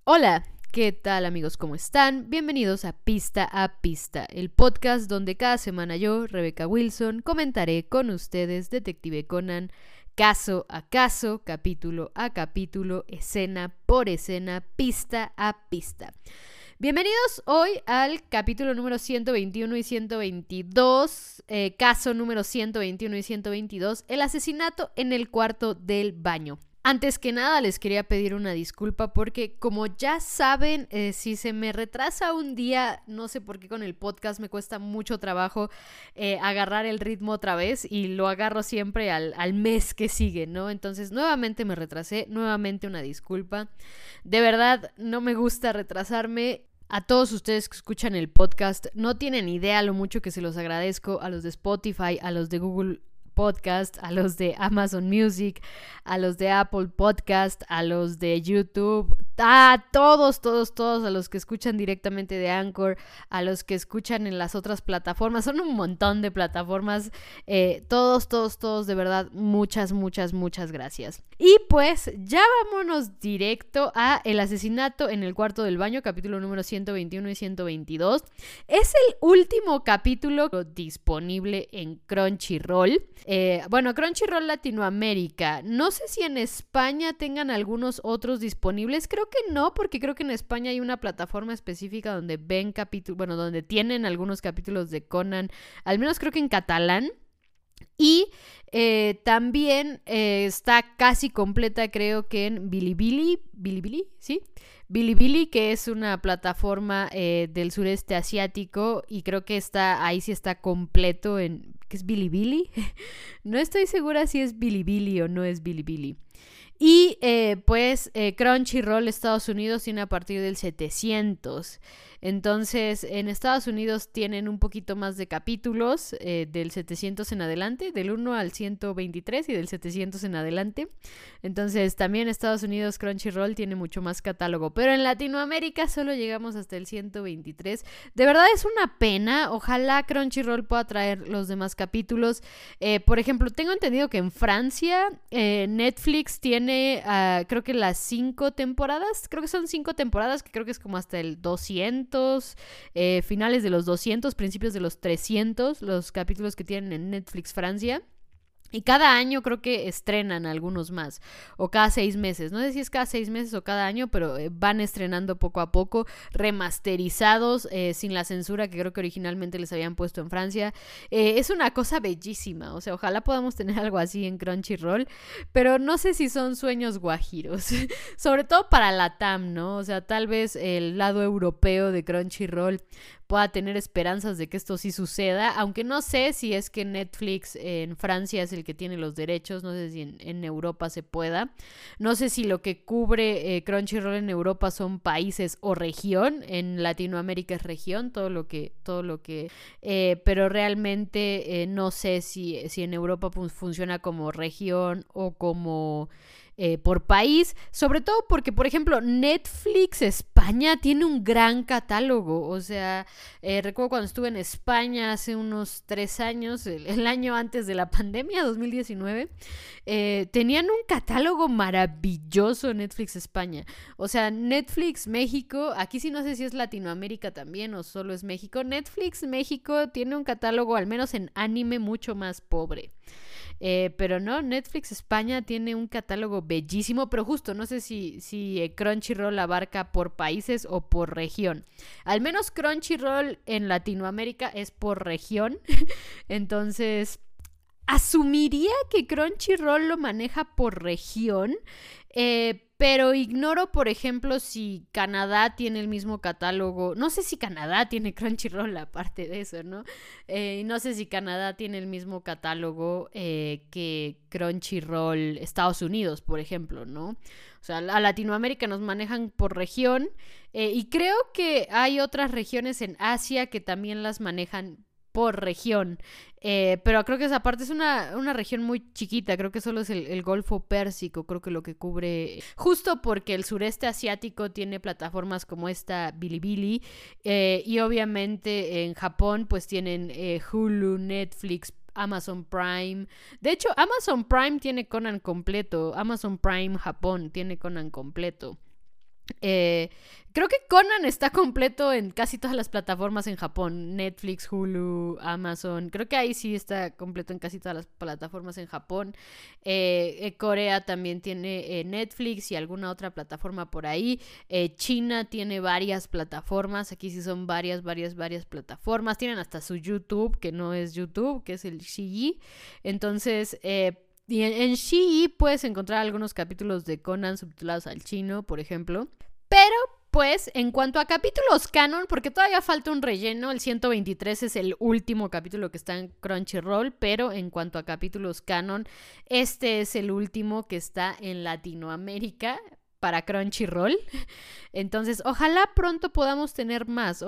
Hola, ¿qué tal amigos? ¿Cómo están? Bienvenidos a Pista, el podcast donde cada semana yo, Rebecca Wilson, comentaré con ustedes Detective Conan, caso a caso, capítulo a capítulo, escena por escena, pista a pista. Bienvenidos hoy al capítulo número 121 y 122, caso número 121 y 122, el asesinato en el cuarto del baño. Antes que nada les quería pedir una disculpa porque como ya saben, si se me retrasa un día, no sé por qué con el podcast me cuesta mucho trabajo agarrar el ritmo otra vez y lo agarro siempre al mes que sigue, ¿no? Entonces nuevamente me retrasé, nuevamente una disculpa. De verdad no me gusta retrasarme. A todos ustedes que escuchan el podcast, no tienen idea lo mucho que se los agradezco, a los de Spotify, a los de Google Podcast, a los de Amazon Music, a los de Apple Podcast, a los de YouTube, a todos, a los que escuchan directamente de Anchor, a los que escuchan en las otras plataformas, son un montón de plataformas, todos, de verdad, muchas gracias. Y pues ya vámonos directo a el asesinato en el cuarto del baño, capítulo número 121 y 122. Es el último capítulo disponible en Crunchyroll. Crunchyroll Latinoamérica. No sé si en España tengan algunos otros disponibles. Creo que no, porque creo que en España hay una plataforma específica donde ven capítulos, donde tienen algunos capítulos de Conan, al menos creo que en catalán. Y también está casi completa, creo que en Bilibili, ¿sí? Bilibili, que es una plataforma del sureste asiático, y creo que ahí sí está completo en... ¿Qué es Bilibili? No estoy segura si es Bilibili o no es Bilibili. Y Crunchyroll Estados Unidos tiene a partir del 700. Entonces en Estados Unidos tienen un poquito más de capítulos, del 700 en adelante, del 1 al 123 y del 700 en adelante. Entonces también Estados Unidos Crunchyroll tiene mucho más catálogo, pero en Latinoamérica solo llegamos hasta el 123. De verdad es una pena. Ojalá Crunchyroll pueda traer los demás capítulos. Por ejemplo, tengo entendido que en Francia Netflix tiene creo que las 5 temporadas, creo que son 5 temporadas, que creo que es como hasta el 200, finales de los 200, principios de los 300, los capítulos que tienen en Netflix Francia. Y cada año creo que estrenan algunos más, o cada 6 meses, no sé si es cada 6 meses o cada año, pero van estrenando poco a poco, remasterizados, sin la censura que creo que originalmente les habían puesto en Francia. Es una cosa bellísima, o sea, ojalá podamos tener algo así en Crunchyroll, pero no sé si son sueños guajiros, sobre todo para Latam, ¿no? O sea, tal vez el lado europeo de Crunchyroll pueda tener esperanzas de que esto sí suceda, aunque no sé si es que Netflix en Francia es el que tiene los derechos, no sé si en Europa se pueda, no sé si lo que cubre Crunchyroll en Europa son países o región, en Latinoamérica es región, todo lo que pero realmente no sé si en Europa funciona como región o como... por país, sobre todo porque, por ejemplo, Netflix España tiene un gran catálogo. O sea, recuerdo cuando estuve en España hace unos 3 años, el año antes de la pandemia, 2019, tenían un catálogo maravilloso Netflix España. O sea, Netflix México, aquí sí no sé si es Latinoamérica también o solo es México. Netflix México tiene un catálogo, al menos en anime, mucho más pobre. Pero no, Netflix España tiene un catálogo bellísimo, pero justo no sé si Crunchyroll abarca por países o por región. Al menos Crunchyroll en Latinoamérica es por región. Entonces, asumiría que Crunchyroll lo maneja por región, pero ignoro, por ejemplo, si Canadá tiene el mismo catálogo. No sé si Canadá tiene Crunchyroll aparte de eso, ¿no? No sé si Canadá tiene el mismo catálogo que Crunchyroll Estados Unidos, por ejemplo, ¿no? O sea, a Latinoamérica nos manejan por región, y creo que hay otras regiones en Asia que también las manejan por región, pero creo que esa parte es una región muy chiquita, creo que solo es el Golfo Pérsico, creo que lo que cubre, justo porque el sureste asiático tiene plataformas como esta Bilibili, y obviamente en Japón pues tienen Hulu, Netflix, Amazon Prime. De hecho, Amazon Prime tiene Conan completo, Amazon Prime Japón tiene Conan completo. Creo que Conan está completo en casi todas las plataformas en Japón. Netflix, Hulu, Amazon. Creo que ahí sí está completo en casi todas las plataformas en Japón. Corea también tiene Netflix y alguna otra plataforma por ahí. China tiene varias plataformas. Aquí sí son varias plataformas. Tienen hasta su YouTube, que no es YouTube, que es el Shiji. Entonces, y en Shiji puedes encontrar algunos capítulos de Conan subtitulados al chino, por ejemplo. Pero, pues, en cuanto a capítulos canon, porque todavía falta un relleno, el 123 es el último capítulo que está en Crunchyroll, pero en cuanto a capítulos canon, este es el último que está en Latinoamérica para Crunchyroll. Entonces, ojalá pronto podamos tener más.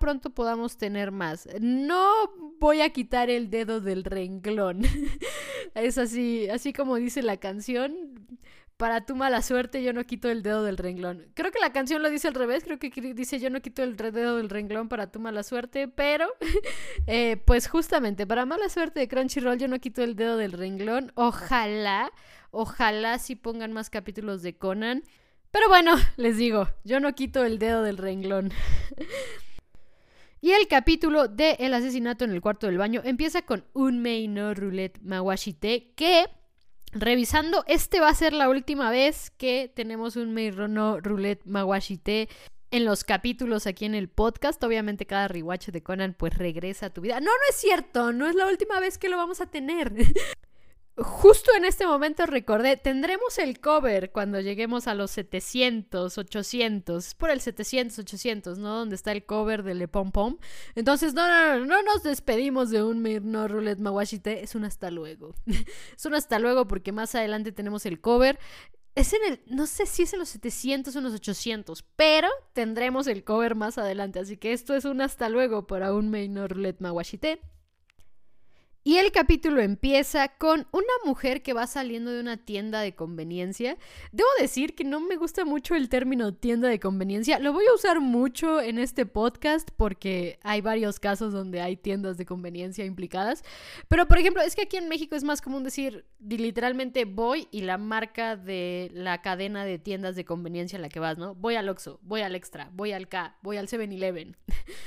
No voy a quitar el dedo del renglón. Es así como dice la canción. Para tu mala suerte, yo no quito el dedo del renglón. Creo que la canción lo dice al revés. Creo que dice yo no quito el dedo del renglón para tu mala suerte. Pero, pues justamente, para mala suerte de Crunchyroll, yo no quito el dedo del renglón. Ojalá sí pongan más capítulos de Conan. Pero bueno, les digo, yo no quito el dedo del renglón. Y el capítulo de El asesinato en el cuarto del baño empieza con Unmei no Roulette Mawashite, que, revisando, va a ser la última vez que tenemos Unmei no Roulette Mawashite en los capítulos aquí en el podcast. Obviamente cada rewatch de Conan pues regresa a tu vida. No es cierto, no es la última vez que lo vamos a tener. Justo en este momento recordé, tendremos el cover cuando lleguemos a los 700, 800, por el 700, 800, ¿no? Donde está el cover de Le Pom Pom. Entonces, no nos despedimos de Unmei no Roulette Mawashite, es un hasta luego. Es un hasta luego porque más adelante tenemos el cover. No sé si es en los 700 o en los 800, pero tendremos el cover más adelante. Así que esto es un hasta luego para Unmei no Roulette Mawashite. Y el capítulo empieza con una mujer que va saliendo de una tienda de conveniencia. Debo decir que no me gusta mucho el término tienda de conveniencia. Lo voy a usar mucho en este podcast porque hay varios casos donde hay tiendas de conveniencia implicadas. Pero, por ejemplo, es que aquí en México es más común decir literalmente voy y la marca de la cadena de tiendas de conveniencia a la que vas, ¿no? Voy al Oxxo, voy al Extra, voy al K, voy al 7-Eleven.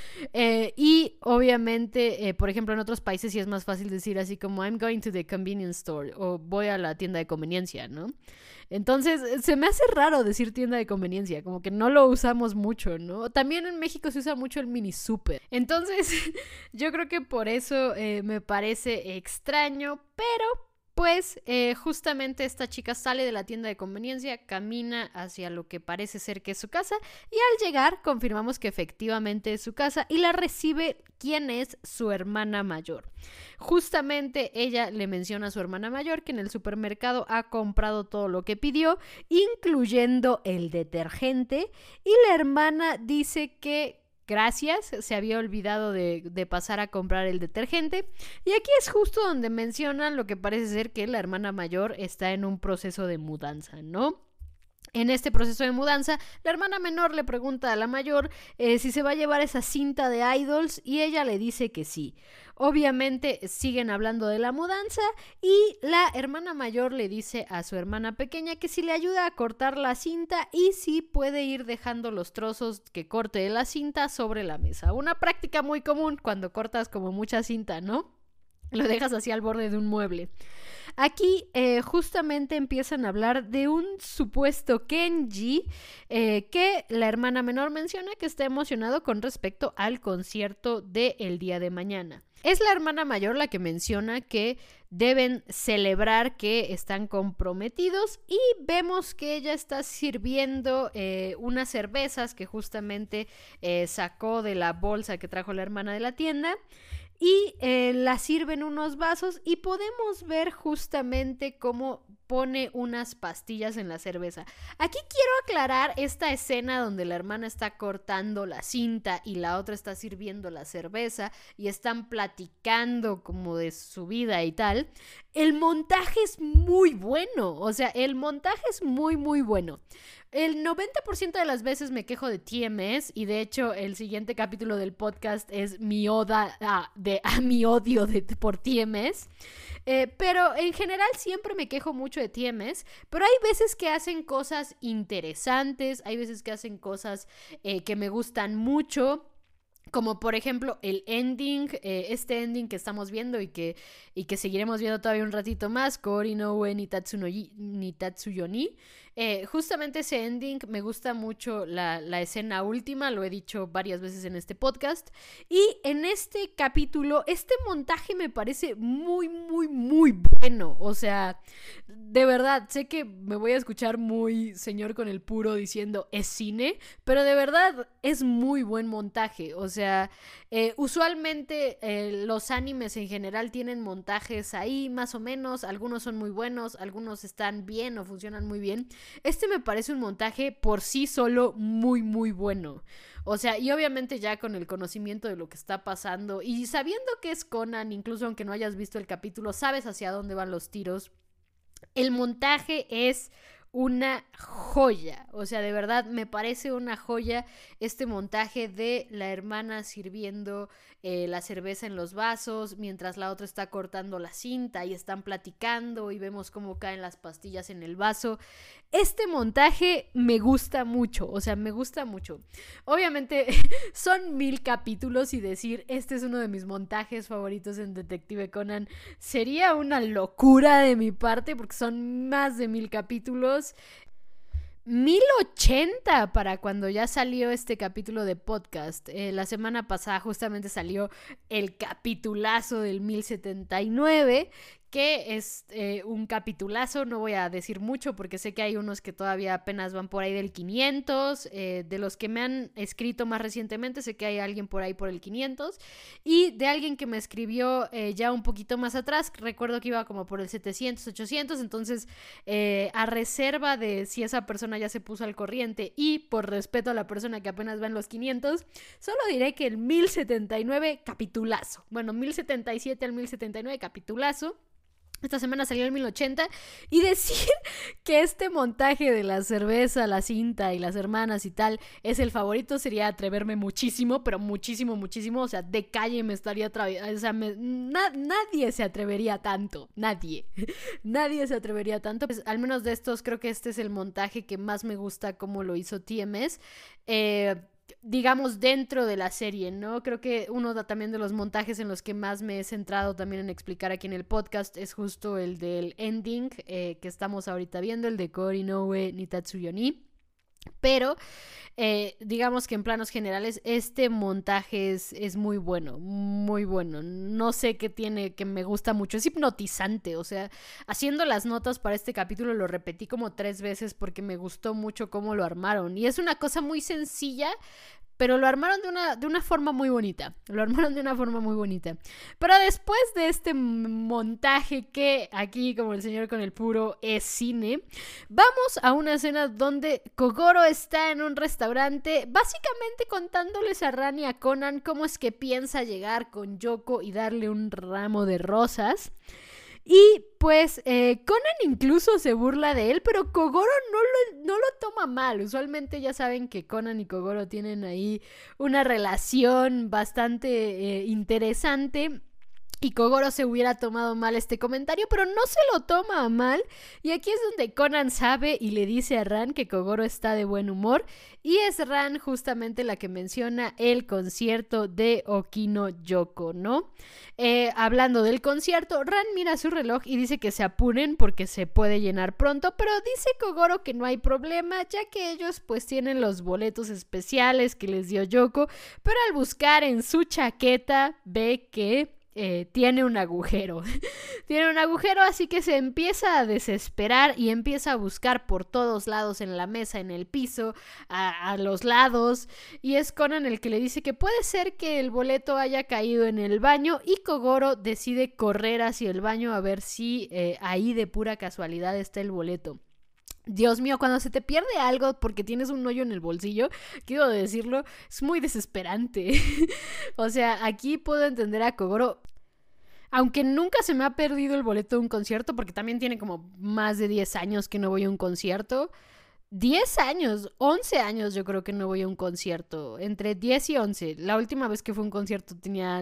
Y obviamente, por ejemplo, en otros países sí es más fácil decir así como I'm going to the convenience store o voy a la tienda de conveniencia, ¿no? Entonces se me hace raro decir tienda de conveniencia, como que no lo usamos mucho, ¿no? También en México se usa mucho el mini super. Entonces yo creo que por eso me parece extraño, pero pues justamente esta chica sale de la tienda de conveniencia, camina hacia lo que parece ser que es su casa y al llegar confirmamos que efectivamente es su casa y la recibe quien es su hermana mayor. Justamente ella le menciona a su hermana mayor que en el supermercado ha comprado todo lo que pidió, incluyendo el detergente, y la hermana dice que gracias, se había olvidado de pasar a comprar el detergente. Y aquí es justo donde mencionan lo que parece ser que la hermana mayor está en un proceso de mudanza, ¿no? En este proceso de mudanza, la hermana menor le pregunta a la mayor si se va a llevar esa cinta de idols y ella le dice que sí. Obviamente siguen hablando de la mudanza y la hermana mayor le dice a su hermana pequeña que si le ayuda a cortar la cinta y si puede ir dejando los trozos que corte de la cinta sobre la mesa. Una práctica muy común cuando cortas como mucha cinta, ¿no? Lo dejas así al borde de un mueble. Aquí justamente empiezan a hablar de un supuesto Kenji que la hermana menor menciona que está emocionado con respecto al concierto del día de mañana. Es la hermana mayor la que menciona que deben celebrar que están comprometidos y vemos que ella está sirviendo unas cervezas que justamente sacó de la bolsa que trajo la hermana de la tienda. Y la sirven unos vasos y podemos ver justamente cómo pone unas pastillas en la cerveza. Aquí quiero aclarar esta escena donde la hermana está cortando la cinta y la otra está sirviendo la cerveza y están platicando como de su vida y tal. El montaje es muy bueno, o sea, el montaje es muy muy bueno. El 90% de las veces me quejo de TMS y de hecho el siguiente capítulo del podcast es mi oda mi odio por TMS. Pero en general siempre me quejo mucho mucho de TMS, pero hay veces que hacen cosas interesantes, hay veces que hacen cosas que me gustan mucho. Como por ejemplo el ending, este ending que estamos viendo y que seguiremos viendo todavía un ratito más, Kori no Ue ni Tatsuyo ni. Justamente ese ending me gusta mucho la escena última, lo he dicho varias veces en este podcast. Y en este capítulo, este montaje me parece muy, muy, muy bueno. O sea, de verdad, sé que me voy a escuchar muy señor con el puro diciendo es cine, pero de verdad es muy buen montaje. O sea, usualmente los animes en general tienen montajes ahí más o menos, algunos son muy buenos, algunos están bien o funcionan muy bien. Este me parece un montaje por sí solo muy, muy bueno. O sea, y obviamente ya con el conocimiento de lo que está pasando y sabiendo que es Conan, incluso aunque no hayas visto el capítulo, sabes hacia dónde van los tiros. El montaje es una joya, o sea, de verdad me parece una joya este montaje de la hermana sirviendo la cerveza en los vasos mientras la otra está cortando la cinta y están platicando y vemos cómo caen las pastillas en el vaso. Este montaje me gusta mucho, o sea, me gusta mucho. Obviamente son 1000 capítulos y decir este es uno de mis montajes favoritos en Detective Conan sería una locura de mi parte porque son más de 1000 capítulos. 1080 para cuando ya salió este capítulo de podcast. La semana pasada justamente salió el capitulazo del 1079, que es un capitulazo. No voy a decir mucho porque sé que hay unos que todavía apenas van por ahí del 500. De los que me han escrito más recientemente, sé que hay alguien por ahí por el 500. Y de alguien que me escribió ya un poquito más atrás, recuerdo que iba como por el 700, 800. Entonces, a reserva de si esa persona ya se puso al corriente y por respeto a la persona que apenas va en los 500, solo diré que el 1079 capitulazo. Bueno, 1077 al 1079 capitulazo. Esta semana salió el 1080 y decir que este montaje de la cerveza, la cinta y las hermanas y tal es el favorito sería atreverme muchísimo, pero muchísimo, muchísimo. O sea, de calle me estaría o sea, nadie se atrevería tanto, nadie se atrevería tanto. Pues, al menos de estos creo que este es el montaje que más me gusta como lo hizo TMS. Digamos dentro de la serie, ¿no? Creo que uno también de los montajes en los que más me he centrado también en explicar aquí en el podcast es justo el del ending que estamos ahorita viendo, el de Kori no Ue ni Tatsuyo ni. Pero digamos que en planos generales este montaje es muy bueno, muy bueno. No sé qué tiene que me gusta mucho, es hipnotizante. O sea, haciendo las notas para este capítulo lo repetí como 3 veces porque me gustó mucho cómo lo armaron. Y es una cosa muy sencilla, pero lo armaron de una forma muy bonita. Lo armaron de una forma muy bonita. Pero después de este montaje que aquí, como el señor con el puro, es cine, vamos a una escena donde Kogoro está en un restaurante, básicamente contándoles a Ran y a Conan cómo es que piensa llegar con Yoko y darle un ramo de rosas. Y pues Conan incluso se burla de él, pero Kogoro no lo toma mal. Usualmente ya saben que Conan y Kogoro tienen ahí una relación bastante interesante. Y Kogoro se hubiera tomado mal este comentario, pero no se lo toma a mal. Y aquí es donde Conan sabe y le dice a Ran que Kogoro está de buen humor. Y es Ran justamente la que menciona el concierto de Okino Yoko, ¿no? Hablando del concierto, Ran mira su reloj y dice que se apuren porque se puede llenar pronto. Pero dice Kogoro que no hay problema, ya que ellos pues tienen los boletos especiales que les dio Yoko. Pero al buscar en su chaqueta ve que tiene un agujero. Tiene un agujero, así que se empieza a desesperar y empieza a buscar por todos lados, en la mesa, en el piso, a los lados. Y es Conan el que le dice que puede ser que el boleto haya caído en el baño y Kogoro decide correr hacia el baño a ver si ahí de pura casualidad está el boleto. Dios mío, cuando se te pierde algo porque tienes un hoyo en el bolsillo, quiero decirlo, es muy desesperante. O sea, aquí puedo entender a Kogoro. Aunque nunca se me ha perdido el boleto de un concierto, porque también tiene como más de 10 años que no voy a un concierto. 10 años, 11 años yo creo que no voy a un concierto, entre 10 y 11. La última vez que fue a un concierto tenía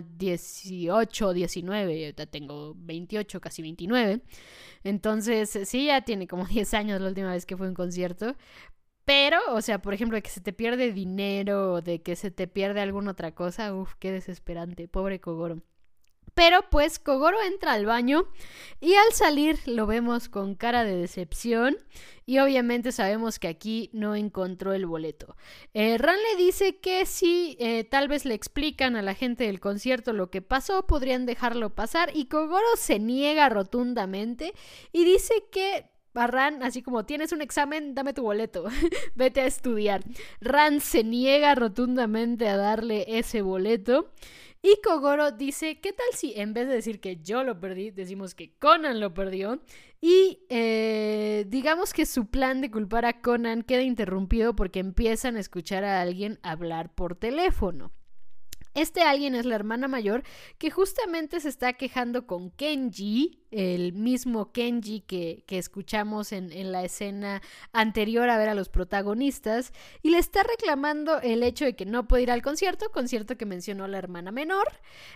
18, 19, ahorita tengo 28, casi 29. Entonces sí, ya tiene como 10 años la última vez que fue a un concierto. Pero, o sea, por ejemplo, de que se te pierde dinero, de que se te pierde alguna otra cosa, uf, qué desesperante, pobre Kogoro. Pero pues Kogoro entra al baño y al salir lo vemos con cara de decepción y obviamente sabemos que aquí no encontró el boleto. Ran le dice que si tal vez le explican a la gente del concierto lo que pasó, podrían dejarlo pasar y Kogoro se niega rotundamente y dice que a Ran, así como tienes un examen, dame tu boleto, vete a estudiar. Ran se niega rotundamente a darle ese boleto. Y Kogoro dice, ¿qué tal si en vez de decir que yo lo perdí, decimos que Conan lo perdió? Y digamos que su plan de culpar a Conan queda interrumpido porque empiezan a escuchar a alguien hablar por teléfono. Este alguien es la hermana mayor que justamente se está quejando con Kenji, el mismo Kenji que escuchamos en la escena anterior a ver a los protagonistas, y le está reclamando el hecho de que no puede ir al concierto que mencionó la hermana menor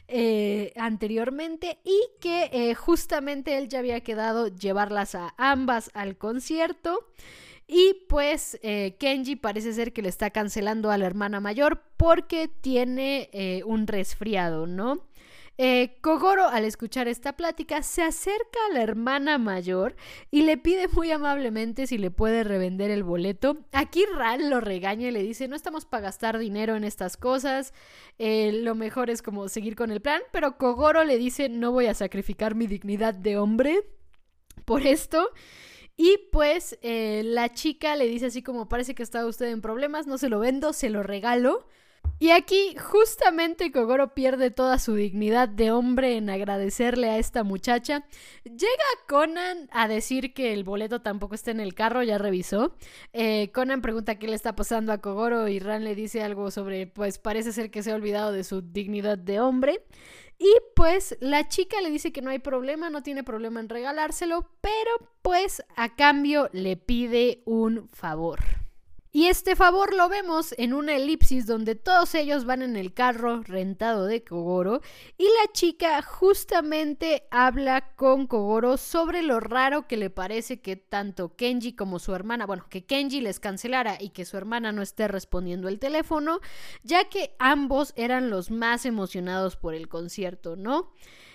anteriormente, y que justamente él ya había quedado llevarlas a ambas al concierto. Y pues Kenji parece ser que le está cancelando a la hermana mayor porque tiene un resfriado, ¿no? Kogoro, al escuchar esta plática, se acerca a la hermana mayor y le pide muy amablemente si le puede revender el boleto. Aquí Ran lo regaña y le dice, no estamos para gastar dinero en estas cosas, lo mejor es como seguir con el plan, pero Kogoro le dice, no voy a sacrificar mi dignidad de hombre por esto. Y pues la chica le dice así como, parece que está usted en problemas, no se lo vendo, se lo regalo. Y aquí justamente Kogoro pierde toda su dignidad de hombre en agradecerle a esta muchacha. Llega Conan a decir que el boleto tampoco está en el carro, ya revisó. Conan pregunta qué le está pasando a Kogoro y Ran le dice algo sobre, pues parece ser que se ha olvidado de su dignidad de hombre. Y pues la chica le dice que no hay problema, no tiene problema en regalárselo, pero pues a cambio le pide un favor. Y este favor lo vemos en una elipsis donde todos ellos van en el carro rentado de Kogoro y la chica justamente habla con Kogoro sobre lo raro que le parece que tanto Kenji como su hermana, bueno, que Kenji les cancelara y que su hermana no esté respondiendo el teléfono, ya que ambos eran los más emocionados por el concierto, ¿no?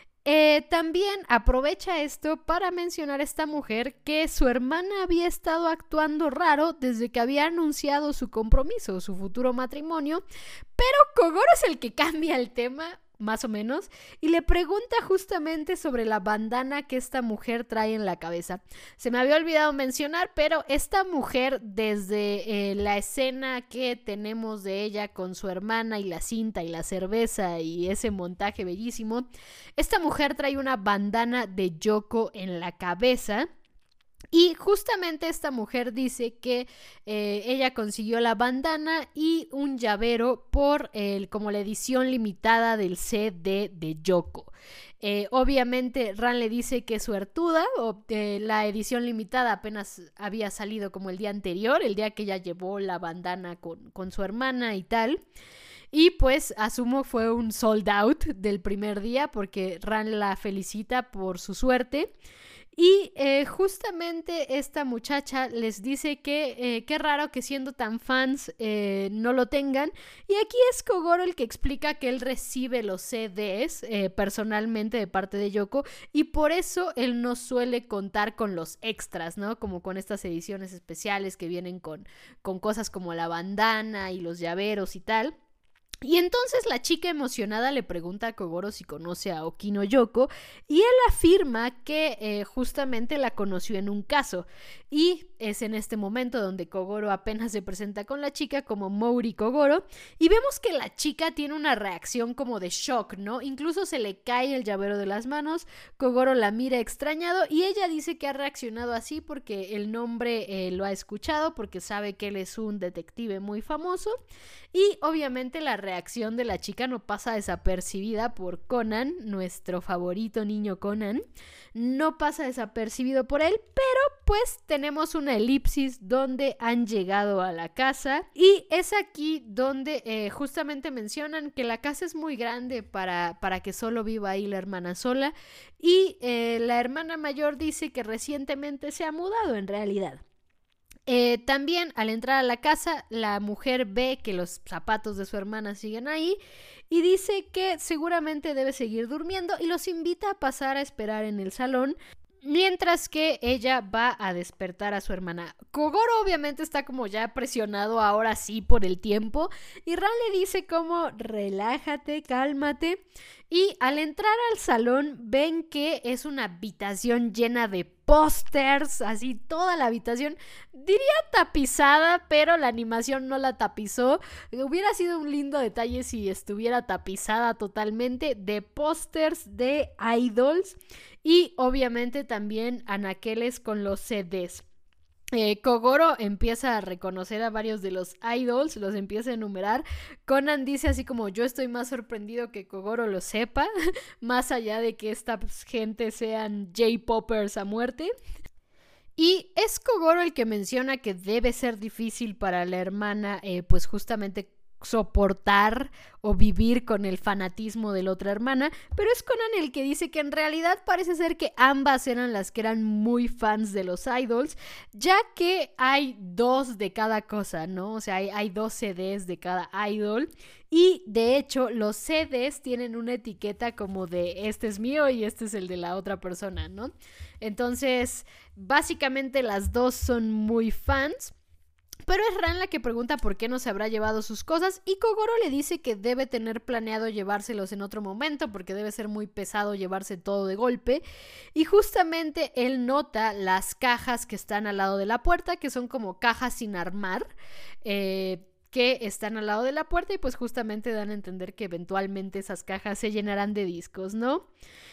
También aprovecha esto para mencionar a esta mujer que su hermana había estado actuando raro desde que había anunciado su compromiso, su futuro matrimonio, pero Kogoro es el que cambia el tema, más o menos, y le pregunta justamente sobre la bandana que esta mujer trae en la cabeza. Se me había olvidado mencionar, pero esta mujer, desde la escena que tenemos de ella con su hermana y la cinta y la cerveza y ese montaje bellísimo, esta mujer trae una bandana de Yoko en la cabeza. Y justamente esta mujer dice que ella consiguió la bandana y un llavero por como la edición limitada del CD de Yoko. Obviamente Ran le dice que es suertuda, la edición limitada apenas había salido como el día anterior, el día que ella llevó la bandana con su hermana y tal. Y pues asumo fue un sold out del primer día porque Ran la felicita por su suerte. Y justamente esta muchacha les dice que qué raro que siendo tan fans no lo tengan. Y aquí es Kogoro el que explica que él recibe los CDs personalmente de parte de Yoko y por eso él no suele contar con los extras, ¿no? Como con estas ediciones especiales que vienen con cosas como la bandana y los llaveros y tal. Y entonces la chica emocionada le pregunta a Kogoro si conoce a Okino Yoko y él afirma que justamente la conoció en un caso y es en este momento donde Kogoro apenas se presenta con la chica como Mouri Kogoro y vemos que la chica tiene una reacción como de shock, ¿no? Incluso se le cae el llavero de las manos, Kogoro la mira extrañado y ella dice que ha reaccionado así porque el nombre lo ha escuchado, porque sabe que él es un detective muy famoso y obviamente la reacción de la chica no pasa desapercibida por Conan, nuestro favorito niño Conan. No pasa desapercibido por él, pero pues tenemos una elipsis donde han llegado a la casa y es aquí donde justamente mencionan que la casa es muy grande para que solo viva ahí la hermana sola y la hermana mayor dice que recientemente se ha mudado en realidad. También al entrar a la casa la mujer ve que los zapatos de su hermana siguen ahí y dice que seguramente debe seguir durmiendo y los invita a pasar a esperar en el salón mientras que ella va a despertar a su hermana. Kogoro obviamente está como ya presionado ahora sí por el tiempo y Ran le dice como relájate, cálmate y al entrar al salón ven que es una habitación llena de pósters, así toda la habitación, diría tapizada, pero la animación no la tapizó. Hubiera sido un lindo detalle si estuviera tapizada totalmente de pósters de idols y obviamente también anaqueles con los CDs. Kogoro empieza a reconocer a varios de los idols, los empieza a enumerar. Conan dice así como yo estoy más sorprendido que Kogoro lo sepa, más allá de que esta gente sean J-Poppers a muerte. Y es Kogoro el que menciona que debe ser difícil para la hermana pues justamente soportar o vivir con el fanatismo de la otra hermana, pero es Conan el que dice que en realidad parece ser que ambas eran las que eran muy fans de los idols, ya que hay 2 de cada cosa, ¿no? O sea, hay 2 CDs de cada idol y de hecho los CDs tienen una etiqueta como de este es mío y este es el de la otra persona, ¿no? Entonces, básicamente las 2 son muy fans. Pero es Ran la que pregunta por qué no se habrá llevado sus cosas y Kogoro le dice que debe tener planeado llevárselos en otro momento porque debe ser muy pesado llevarse todo de golpe y justamente él nota las cajas que están al lado de la puerta, que son como cajas sin armar, que están al lado de la puerta y pues justamente dan a entender que eventualmente esas cajas se llenarán de discos, ¿no?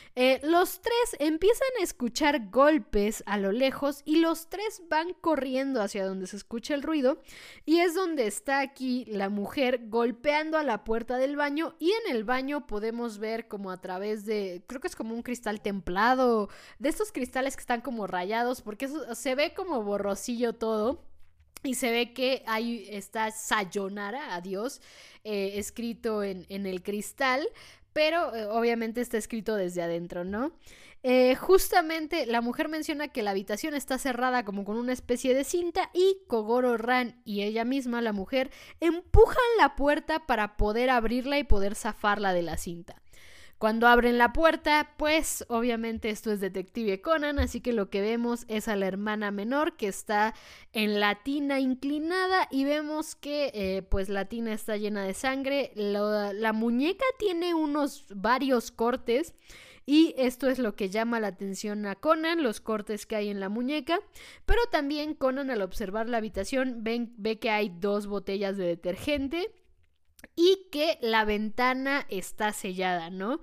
Los 3 empiezan a escuchar golpes a lo lejos y los 3 van corriendo hacia donde se escucha el ruido y es donde está aquí la mujer golpeando a la puerta del baño y en el baño podemos ver como a través de, creo que es como un cristal templado, de estos cristales que están como rayados porque eso, se ve como borrosillo todo. Y se ve que ahí está Sayonara, adiós, escrito en el cristal, pero obviamente está escrito desde adentro, ¿no? Justamente la mujer menciona que la habitación está cerrada como con una especie de cinta y Kogoro, Ran y ella misma, la mujer, empujan la puerta para poder abrirla y poder zafarla de la cinta. Cuando abren la puerta, pues obviamente esto es Detective Conan, así que lo que vemos es a la hermana menor que está en la tina inclinada y vemos que pues la tina está llena de sangre, la muñeca tiene varios cortes y esto es lo que llama la atención a Conan, los cortes que hay en la muñeca, pero también Conan al observar la habitación ve que hay 2 botellas de detergente y que la ventana está sellada, ¿no?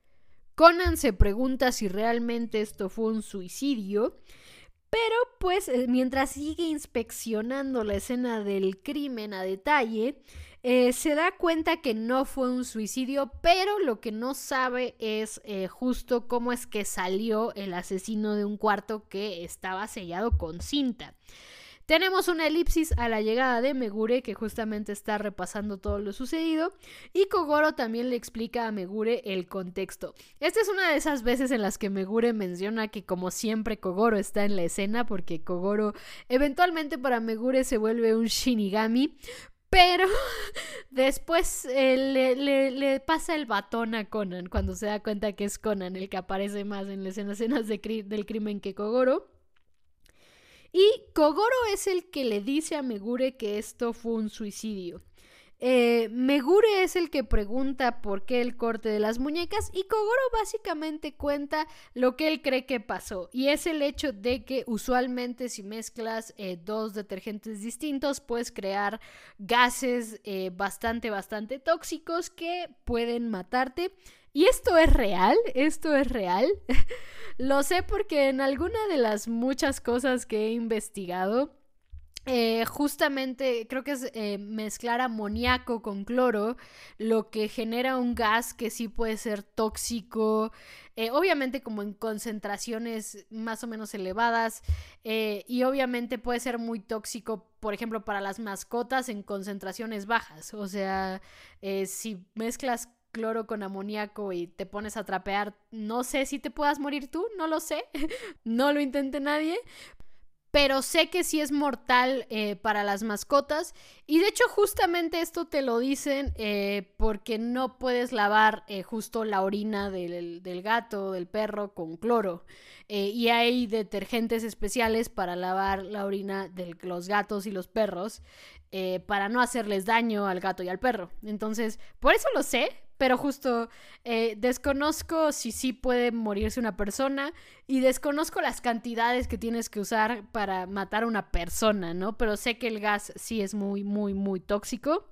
Conan se pregunta si realmente esto fue un suicidio, pero pues mientras sigue inspeccionando la escena del crimen a detalle, se da cuenta que no fue un suicidio, pero lo que no sabe es justo cómo es que salió el asesino de un cuarto que estaba sellado con cinta. Tenemos una elipsis a la llegada de Megure, que justamente está repasando todo lo sucedido, y Kogoro también le explica a Megure el contexto. Esta es una de esas veces en las que Megure menciona que como siempre Kogoro está en la escena, porque Kogoro eventualmente para Megure se vuelve un Shinigami, pero después le pasa el batón a Conan cuando se da cuenta que es Conan el que aparece más en las escenas del crimen que Kogoro. Y Kogoro es el que le dice a Megure que esto fue un suicidio. Megure es el que pregunta por qué el corte de las muñecas y Kogoro básicamente cuenta lo que él cree que pasó y es el hecho de que usualmente si mezclas 2 detergentes distintos puedes crear gases bastante tóxicos que pueden matarte. Y esto es real. Lo sé porque en alguna de las muchas cosas que he investigado Justamente creo que es mezclar amoníaco con cloro, lo que genera un gas que sí puede ser tóxico, obviamente como en concentraciones más o menos elevadas, y obviamente puede ser muy tóxico, por ejemplo, para las mascotas en concentraciones bajas. O sea, si mezclas cloro con amoníaco y te pones a trapear, no sé si te puedas morir tú, no lo sé, no lo intente nadie, pero sé que sí es mortal para las mascotas. Y de hecho justamente esto te lo dicen porque no puedes lavar justo la orina del gato, del perro con cloro. Y hay detergentes especiales para lavar la orina de los gatos y los perros para no hacerles daño al gato y al perro. Entonces, por eso lo sé, pero justo desconozco si sí puede morirse una persona y desconozco las cantidades que tienes que usar para matar a una persona, ¿no? Pero sé que el gas sí es muy, muy, muy tóxico.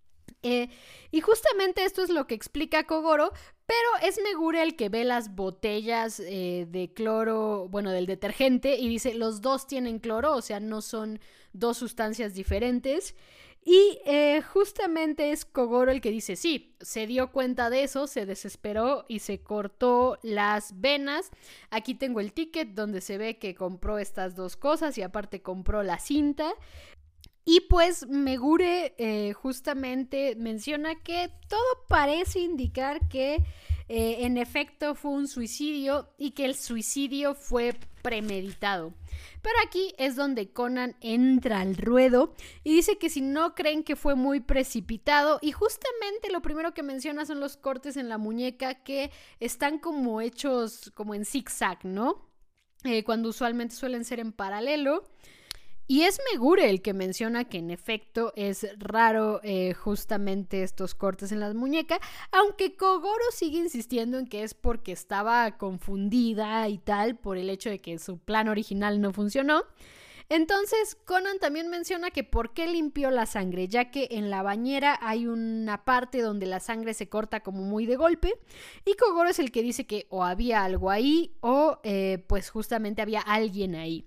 Y justamente esto es lo que explica Kogoro, pero es Megure el que ve las botellas de cloro, bueno, del detergente, y dice, los dos tienen cloro, o sea, no son dos sustancias diferentes. Y justamente es Kogoro el que dice, sí, se dio cuenta de eso, se desesperó y se cortó las venas. Aquí tengo el ticket donde se ve que compró estas dos cosas y aparte compró la cinta. Y pues Megure justamente menciona que todo parece indicar que en efecto fue un suicidio y que el suicidio fue premeditado. Pero aquí es donde Conan entra al ruedo y dice que si no creen que fue muy precipitado, y justamente lo primero que menciona son los cortes en la muñeca que están como hechos como en zigzag, ¿no? Cuando usualmente suelen ser en paralelo. Y es Megure el que menciona que en efecto es raro justamente estos cortes en las muñecas, aunque Kogoro sigue insistiendo en que es porque estaba confundida y tal por el hecho de que su plan original no funcionó. Entonces Conan también menciona que por qué limpió la sangre, ya que en la bañera hay una parte donde la sangre se corta como muy de golpe, y Kogoro es el que dice que o había algo ahí o pues justamente había alguien ahí.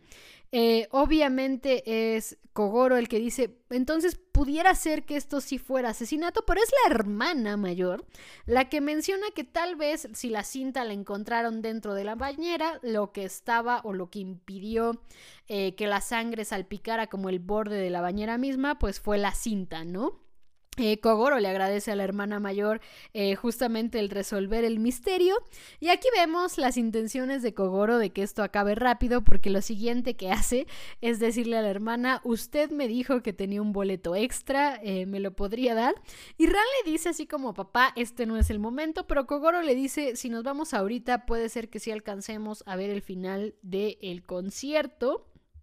Obviamente es Kogoro el que dice, entonces pudiera ser que esto sí fuera asesinato, pero es la hermana mayor la que menciona que tal vez si la cinta la encontraron dentro de la bañera, lo que estaba o lo que impidió que la sangre salpicara como el borde de la bañera misma, pues fue la cinta, ¿no? Kogoro le agradece a la hermana mayor justamente el resolver el misterio, y aquí vemos las intenciones de Kogoro de que esto acabe rápido, porque lo siguiente que hace es decirle a la hermana, usted me dijo que tenía un boleto extra, ¿me lo podría dar? Y Ran le dice así como, papá, este no es el momento, pero Kogoro le dice, si nos vamos ahorita puede ser que sí alcancemos a ver el final del concierto.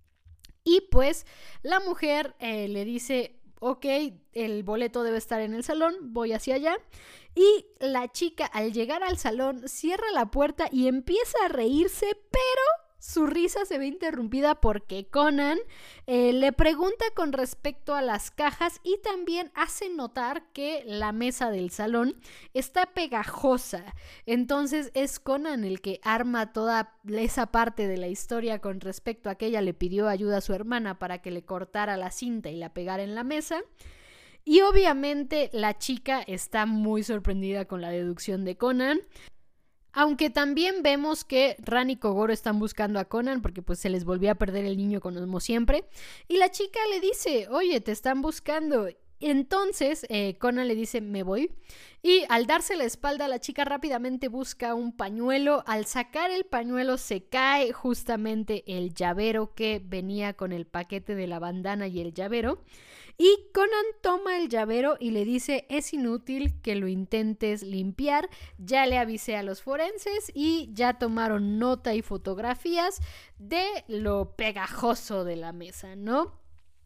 Y pues la mujer le dice, ok, el boleto debe estar en el salón, voy hacia allá. Y la chica al llegar al salón cierra la puerta y empieza a reírse, pero su risa se ve interrumpida porque Conan le pregunta con respecto a las cajas y también hace notar que la mesa del salón está pegajosa. Entonces es Conan el que arma toda esa parte de la historia con respecto a que ella le pidió ayuda a su hermana para que le cortara la cinta y la pegara en la mesa. Y obviamente la chica está muy sorprendida con la deducción de Conan. Aunque también vemos que Ran y Kogoro están buscando a Conan porque pues se les volvió a perder el niño como siempre. Y la chica le dice, oye, te están buscando. Entonces Conan le dice, me voy. Y al darse la espalda, la chica rápidamente busca un pañuelo. Al sacar el pañuelo se cae justamente el llavero que venía con el paquete de la bandana y el llavero. Y Conan toma el llavero y le dice, es inútil que lo intentes limpiar, ya le avisé a los forenses y ya tomaron nota y fotografías de lo pegajoso de la mesa, ¿no?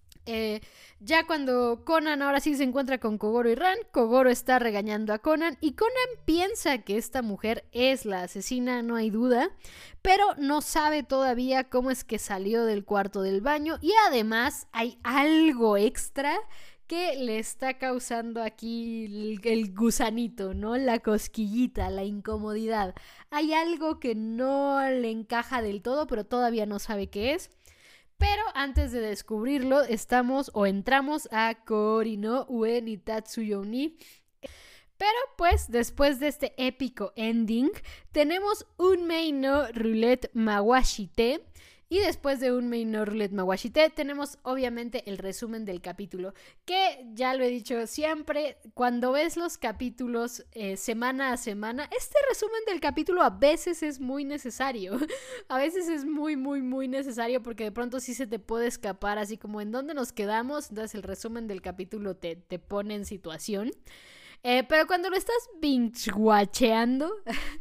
Ya cuando Conan ahora sí se encuentra con Kogoro y Ran, Kogoro está regañando a Conan y Conan piensa que esta mujer es la asesina, no hay duda, pero no sabe todavía cómo es que salió del cuarto del baño, y además hay algo extra que le está causando aquí el gusanito, ¿no? La cosquillita, la incomodidad. Hay algo que no le encaja del todo, pero todavía no sabe qué es. Pero antes de descubrirlo, entramos a Kori no Ue ni Tatsuyo ni. Pero pues después de este épico ending, tenemos Unmei no Roulette Mawashite. Y después de Unmei no Roulette Mawashite tenemos obviamente el resumen del capítulo, que ya lo he dicho siempre, cuando ves los capítulos semana a semana, este resumen del capítulo a veces es muy necesario, a veces es muy necesario, porque de pronto sí se te puede escapar así como en dónde nos quedamos, entonces el resumen del capítulo te pone en situación. Pero cuando lo estás binge-watcheando,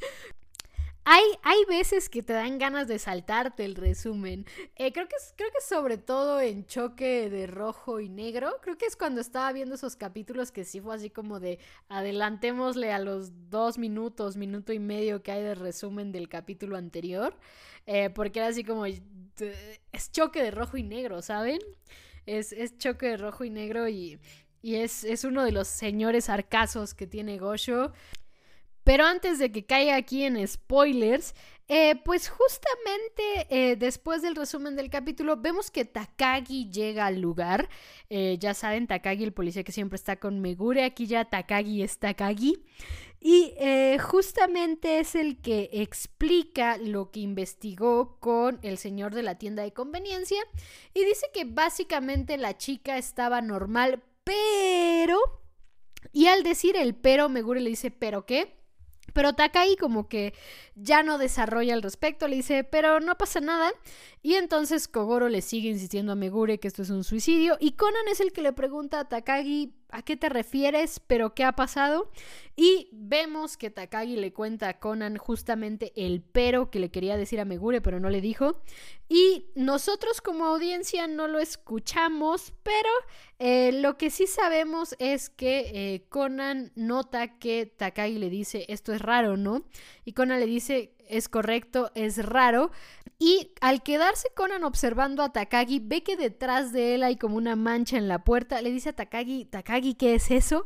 hay veces que te dan ganas de saltarte el resumen. Creo que sobre todo en Choque de Rojo y Negro, creo que es cuando estaba viendo esos capítulos que sí fue así como de adelantémosle a los 2 minutos, minuto y medio que hay de resumen del capítulo anterior, porque era así como, es Choque de Rojo y Negro, ¿saben? Es Choque de Rojo y Negro y es uno de los señores arcazos que tiene Gosho. Pero antes de que caiga aquí en spoilers, pues justamente después del resumen del capítulo vemos que Takagi llega al lugar. Ya saben, Takagi, el policía que siempre está con Megure, aquí ya Takagi es Takagi. Y justamente es el que explica lo que investigó con el señor de la tienda de conveniencia. Y dice que básicamente la chica estaba normal, pero... Y al decir el pero, Megure le dice, ¿pero qué? Pero Takagi como que ya no desarrolla al respecto, le dice, pero no pasa nada. Y entonces Kogoro le sigue insistiendo a Megure que esto es un suicidio. Y Conan es el que le pregunta a Takagi, ¿a qué te refieres? ¿Pero qué ha pasado? Y vemos que Takagi le cuenta a Conan justamente el pero que le quería decir a Megure, pero no le dijo. Y nosotros como audiencia no lo escuchamos, pero lo que sí sabemos es que Conan nota que Takagi le dice, esto es raro, ¿no? Y Conan le dice, es correcto, es raro. Y al quedarse Conan observando a Takagi, ve que detrás de él hay como una mancha en la puerta. Le dice a Takagi, Takagi, ¿qué es eso?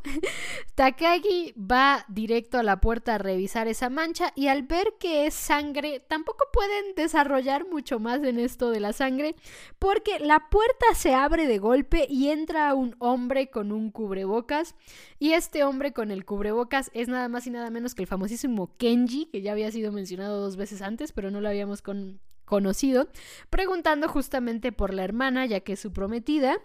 Takagi va directo a la puerta a revisar esa mancha y al ver que es sangre, tampoco pueden desarrollar mucho más en esto de la sangre, porque la puerta se abre de golpe y entra un hombre con un cubrebocas. Y este hombre con el cubrebocas es nada más y nada menos que el famosísimo Kenji, que ya había sido mencionado 2 veces antes, pero no lo habíamos conocido, preguntando justamente por la hermana, ya que es su prometida.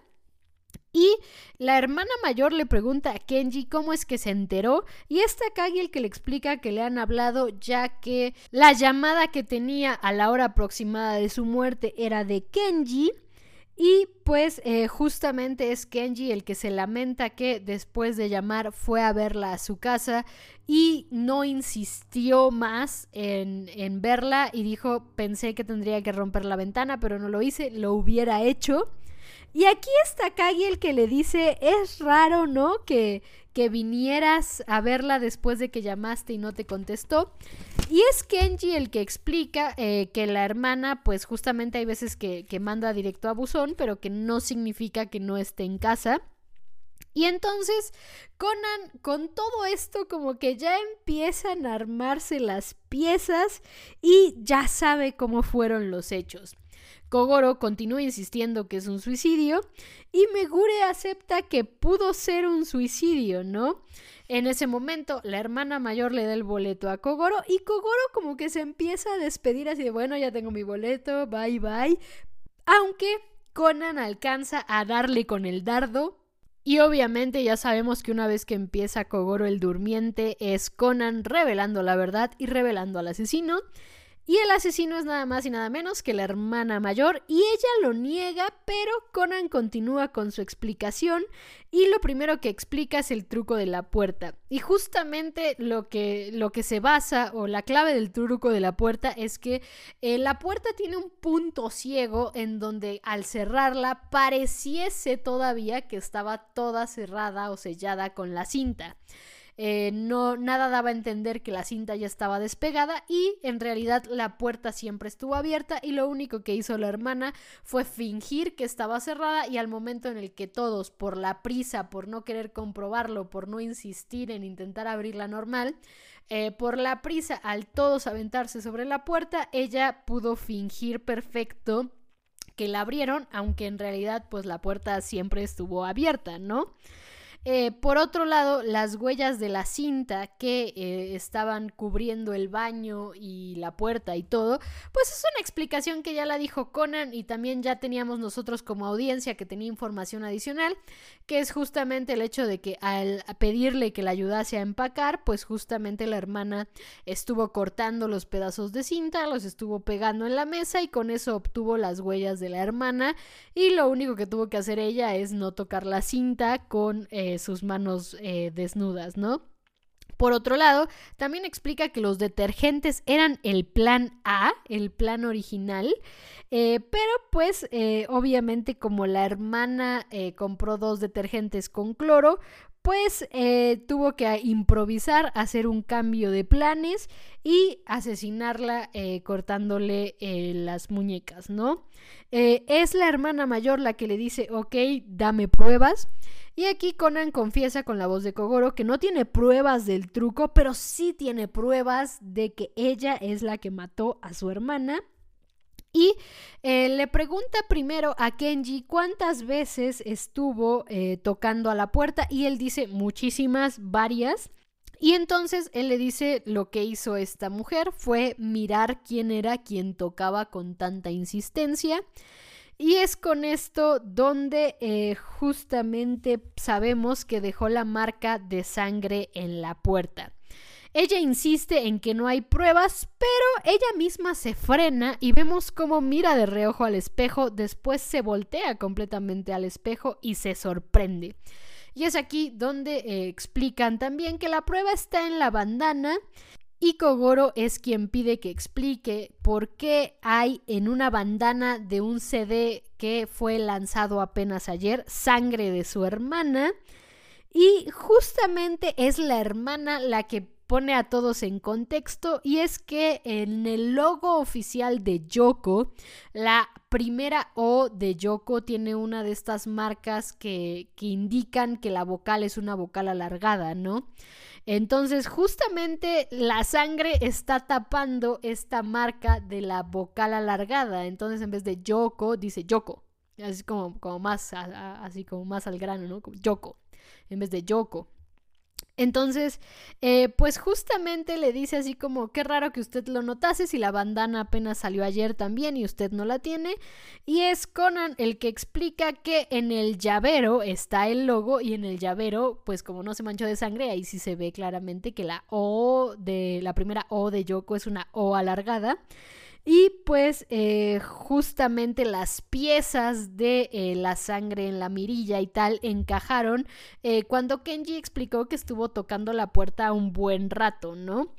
Y la hermana mayor le pregunta a Kenji cómo es que se enteró, y es Takagi el que le explica que le han hablado, ya que la llamada que tenía a la hora aproximada de su muerte era de Kenji. Y pues justamente es Kenji el que se lamenta que después de llamar fue a verla a su casa y no insistió más en verla y dijo, pensé que tendría que romper la ventana, pero no lo hice, lo hubiera hecho. Y aquí está Takagi el que le dice, es raro, ¿no? Que vinieras a verla después de que llamaste y no te contestó. Y es Kenji el que explica que la hermana, pues justamente hay veces que manda directo a buzón, pero que no significa que no esté en casa. Y entonces Conan, con todo esto, como que ya empiezan a armarse las piezas y ya sabe cómo fueron los hechos. Kogoro continúa insistiendo que es un suicidio y Megure acepta que pudo ser un suicidio, ¿no? En ese momento, la hermana mayor le da el boleto a Kogoro y Kogoro como que se empieza a despedir así de, bueno, ya tengo mi boleto, bye bye. Aunque Conan alcanza a darle con el dardo. Y obviamente ya sabemos que una vez que empieza Kogoro el durmiente es Conan revelando la verdad y revelando al asesino. Y el asesino es nada más y nada menos que la hermana mayor y ella lo niega, pero Conan continúa con su explicación y lo primero que explica es el truco de la puerta. Y justamente lo que se basa, o la clave del truco de la puerta, es que la puerta tiene un punto ciego en donde al cerrarla pareciese todavía que estaba toda cerrada o sellada con la cinta. Nada daba a entender que la cinta ya estaba despegada y en realidad la puerta siempre estuvo abierta y lo único que hizo la hermana fue fingir que estaba cerrada y al momento en el que todos, por la prisa, por no querer comprobarlo, por no insistir en intentar abrirla normal, por la prisa, al todos aventarse sobre la puerta, ella pudo fingir perfecto que la abrieron, aunque en realidad pues la puerta siempre estuvo abierta, ¿no? Por otro lado, las huellas de la cinta que estaban cubriendo el baño y la puerta y todo, pues es una explicación que ya la dijo Conan y también ya teníamos nosotros como audiencia que tenía información adicional, que es justamente el hecho de que al pedirle que la ayudase a empacar, pues justamente la hermana estuvo cortando los pedazos de cinta, los estuvo pegando en la mesa y con eso obtuvo las huellas de la hermana y lo único que tuvo que hacer ella es no tocar la cinta con sus manos desnudas, ¿no? Por otro lado, también explica que los detergentes eran el plan A, el plan original, pero pues obviamente como la hermana compró 2 detergentes con cloro, pues tuvo que improvisar, hacer un cambio de planes y asesinarla cortándole las muñecas, ¿no? Es la hermana mayor la que le dice, ok, dame pruebas. Y aquí Conan confiesa con la voz de Kogoro que no tiene pruebas del truco, pero sí tiene pruebas de que ella es la que mató a su hermana. Y le pregunta primero a Kenji cuántas veces estuvo tocando a la puerta y él dice muchísimas, varias. Y entonces él le dice lo que hizo esta mujer fue mirar quién era quien tocaba con tanta insistencia. Y es con esto donde justamente sabemos que dejó la marca de sangre en la puerta. Ella insiste en que no hay pruebas, pero ella misma se frena y vemos cómo mira de reojo al espejo, después se voltea completamente al espejo y se sorprende. Y es aquí donde explican también que la prueba está en la bandana y Kogoro es quien pide que explique por qué hay en una bandana de un CD que fue lanzado apenas ayer sangre de su hermana. Y justamente es la hermana la que pone a todos en contexto y es que en el logo oficial de Yoko, la primera O de Yoko tiene una de estas marcas que indican que la vocal es una vocal alargada, ¿no? Entonces justamente la sangre está tapando esta marca de la vocal alargada, entonces en vez de Yoko dice Yoko, así como más así como más al grano, ¿no? Como Yoko en vez de Yoko. Entonces, pues justamente le dice así como, qué raro que usted lo notase si la bandana apenas salió ayer también y usted no la tiene. Y es Conan el que explica que en el llavero está el logo y en el llavero, pues como no se manchó de sangre, ahí sí se ve claramente que la primera O de Yoko es una O alargada. Y pues justamente las piezas de la sangre en la mirilla y tal encajaron cuando Kenji explicó que estuvo tocando la puerta un buen rato, ¿no?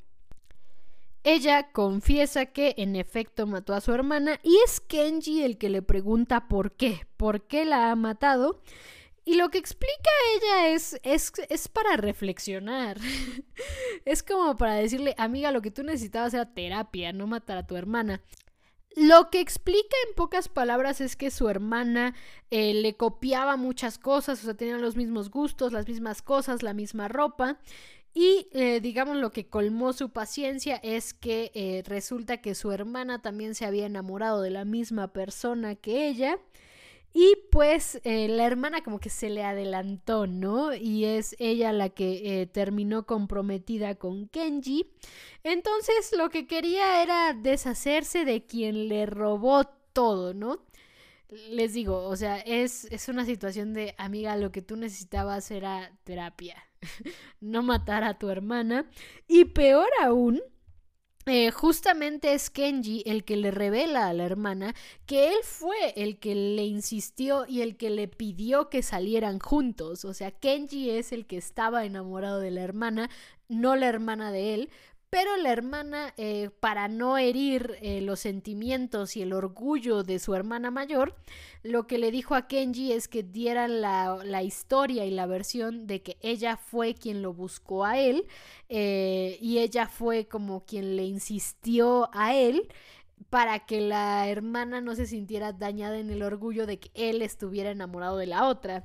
Ella confiesa que en efecto mató a su hermana y es Kenji el que le pregunta por qué la ha matado. Y lo que explica ella es para reflexionar. Es como para decirle, amiga, lo que tú necesitabas era terapia, no matar a tu hermana. Lo que explica en pocas palabras es que su hermana le copiaba muchas cosas, o sea, tenían los mismos gustos, las mismas cosas, la misma ropa. Y digamos lo que colmó su paciencia es que resulta que su hermana también se había enamorado de la misma persona que ella. Y pues la hermana como que se le adelantó, ¿no? Y es ella la que terminó comprometida con Kenji. Entonces lo que quería era deshacerse de quien le robó todo, ¿no? Les digo, o sea, es una situación de, amiga, lo que tú necesitabas era terapia, no matar a tu hermana. Y peor aún, justamente es Kenji el que le revela a la hermana que él fue el que le insistió y el que le pidió que salieran juntos. O sea, Kenji es el que estaba enamorado de la hermana, no la hermana de él. Pero la hermana, para no herir los sentimientos y el orgullo de su hermana mayor, lo que le dijo a Kenji es que dieran la historia y la versión de que ella fue quien lo buscó a él y ella fue como quien le insistió a él para que la hermana no se sintiera dañada en el orgullo de que él estuviera enamorado de la otra.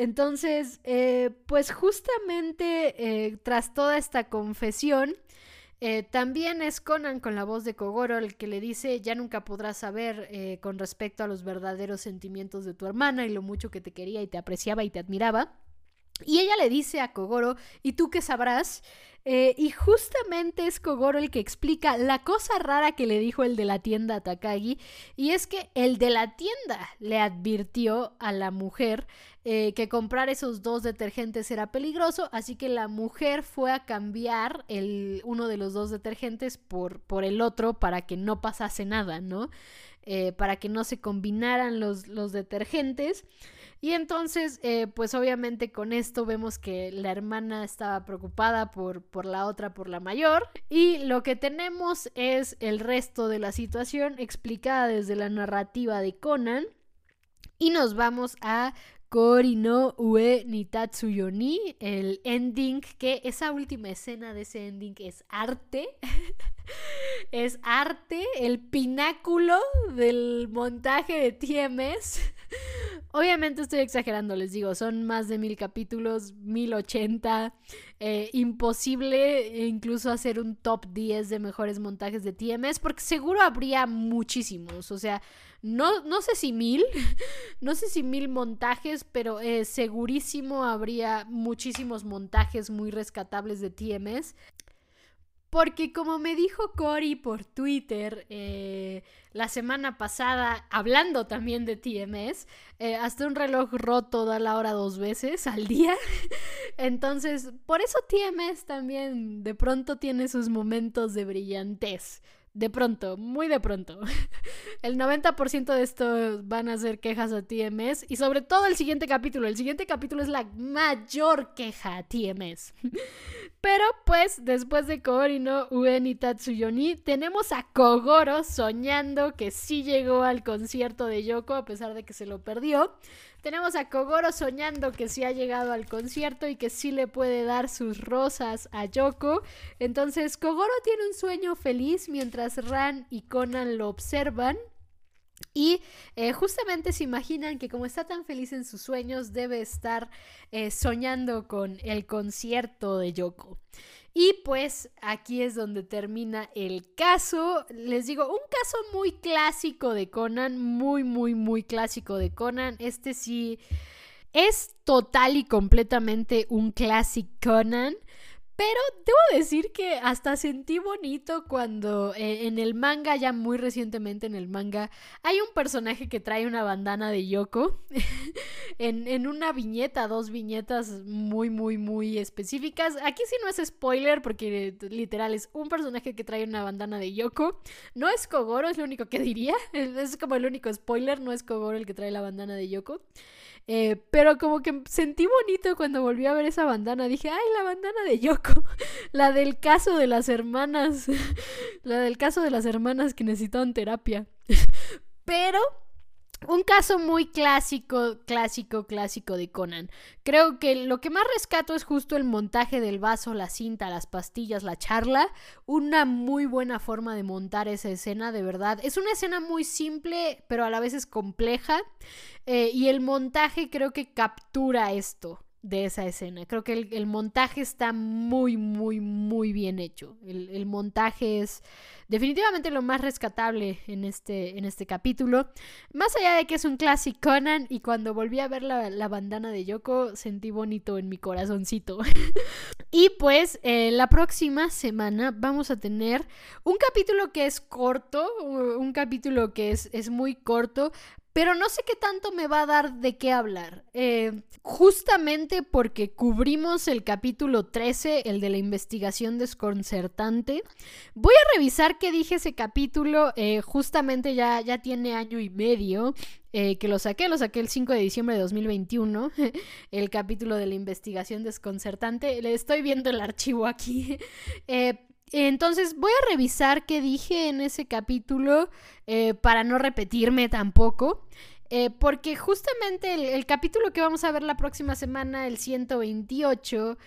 Entonces, pues justamente tras toda esta confesión, También es Conan con la voz de Kogoro el que le dice: ya nunca podrás saber con respecto a los verdaderos sentimientos de tu hermana y lo mucho que te quería y te apreciaba y te admiraba. Y ella le dice a Kogoro: ¿y tú qué sabrás? Y justamente es Kogoro el que explica la cosa rara que le dijo el de la tienda a Takagi, y es que el de la tienda le advirtió a la mujer que comprar esos 2 detergentes era peligroso, así que la mujer fue a cambiar uno de los 2 detergentes por el otro para que no pasase nada, ¿no? Para que no se combinaran los detergentes. Y entonces, pues obviamente con esto vemos que la hermana estaba preocupada por la otra, por la mayor. Y lo que tenemos es el resto de la situación explicada desde la narrativa de Conan. Y nos vamos a Kori no Ue ni Tatsuyo ni, el ending, que esa última escena de ese ending es arte. Es arte, el pináculo del montaje de TMS. Obviamente estoy exagerando, les digo, son más de 1000 capítulos, 1080. Imposible incluso hacer un top 10 de mejores montajes de TMS, porque seguro habría muchísimos. O sea, no sé si 1000, no sé si 1000 montajes, pero segurísimo habría muchísimos montajes muy rescatables de TMS. Porque como me dijo Cory por Twitter la semana pasada, hablando también de TMS, hasta un reloj roto da la hora 2 veces al día. Entonces, por eso TMS también de pronto tiene sus momentos de brillantez. De pronto, muy de pronto. El 90% de esto van a ser quejas a TMS. Y sobre todo el siguiente capítulo. El siguiente capítulo es la mayor queja a TMS. Pero pues después de Kogoro no Ue ni Tatsuyo ni, tenemos a Kogoro soñando que sí llegó al concierto de Yoko a pesar de que se lo perdió. Tenemos a Kogoro soñando que sí ha llegado al concierto y que sí le puede dar sus rosas a Yoko. Entonces Kogoro tiene un sueño feliz mientras Ran y Conan lo observan. Y justamente se imaginan que como está tan feliz en sus sueños, debe estar soñando con el concierto de Yoko. Y pues aquí es donde termina el caso. Les digo, un caso muy clásico de Conan, muy clásico de Conan. Este sí es total y completamente un clásico Conan. Pero debo decir que hasta sentí bonito cuando en el manga, ya muy recientemente en el manga, hay un personaje que trae una bandana de Yoko en una viñeta, 2 viñetas muy específicas. Aquí sí no es spoiler porque literal es un personaje que trae una bandana de Yoko. No es Kogoro, es lo único que diría. Es como el único spoiler, no es Kogoro el que trae la bandana de Yoko. Pero como que sentí bonito cuando volví a ver esa bandana. Dije, ay, la bandana de Yoko. La del caso de las hermanas. La del caso de las hermanas que necesitaban terapia. Pero un caso muy clásico de Conan. Creo que lo que más rescato es justo el montaje del vaso, la cinta, las pastillas, la charla. Una muy buena forma de montar esa escena, de verdad. Es una escena muy simple, pero a la vez es compleja. Y el montaje creo que captura esto de esa escena. Creo que el montaje está muy bien hecho. El montaje es definitivamente lo más rescatable en este capítulo. Más allá de que es un clásico Conan, y cuando volví a ver la bandana de Yoko, sentí bonito en mi corazoncito. Y pues la próxima semana vamos a tener un capítulo que es corto, un capítulo que es muy corto, pero no sé qué tanto me va a dar de qué hablar. Justamente porque cubrimos el capítulo 13, el de la investigación desconcertante. Voy a revisar qué dije ese capítulo. Justamente ya tiene 1 año y medio que lo saqué el 5 de diciembre de 2021. El capítulo de la investigación desconcertante. Le estoy viendo el archivo aquí. Entonces voy a revisar qué dije en ese capítulo para no repetirme tampoco. Porque justamente el capítulo que vamos a ver la próxima semana, el 128,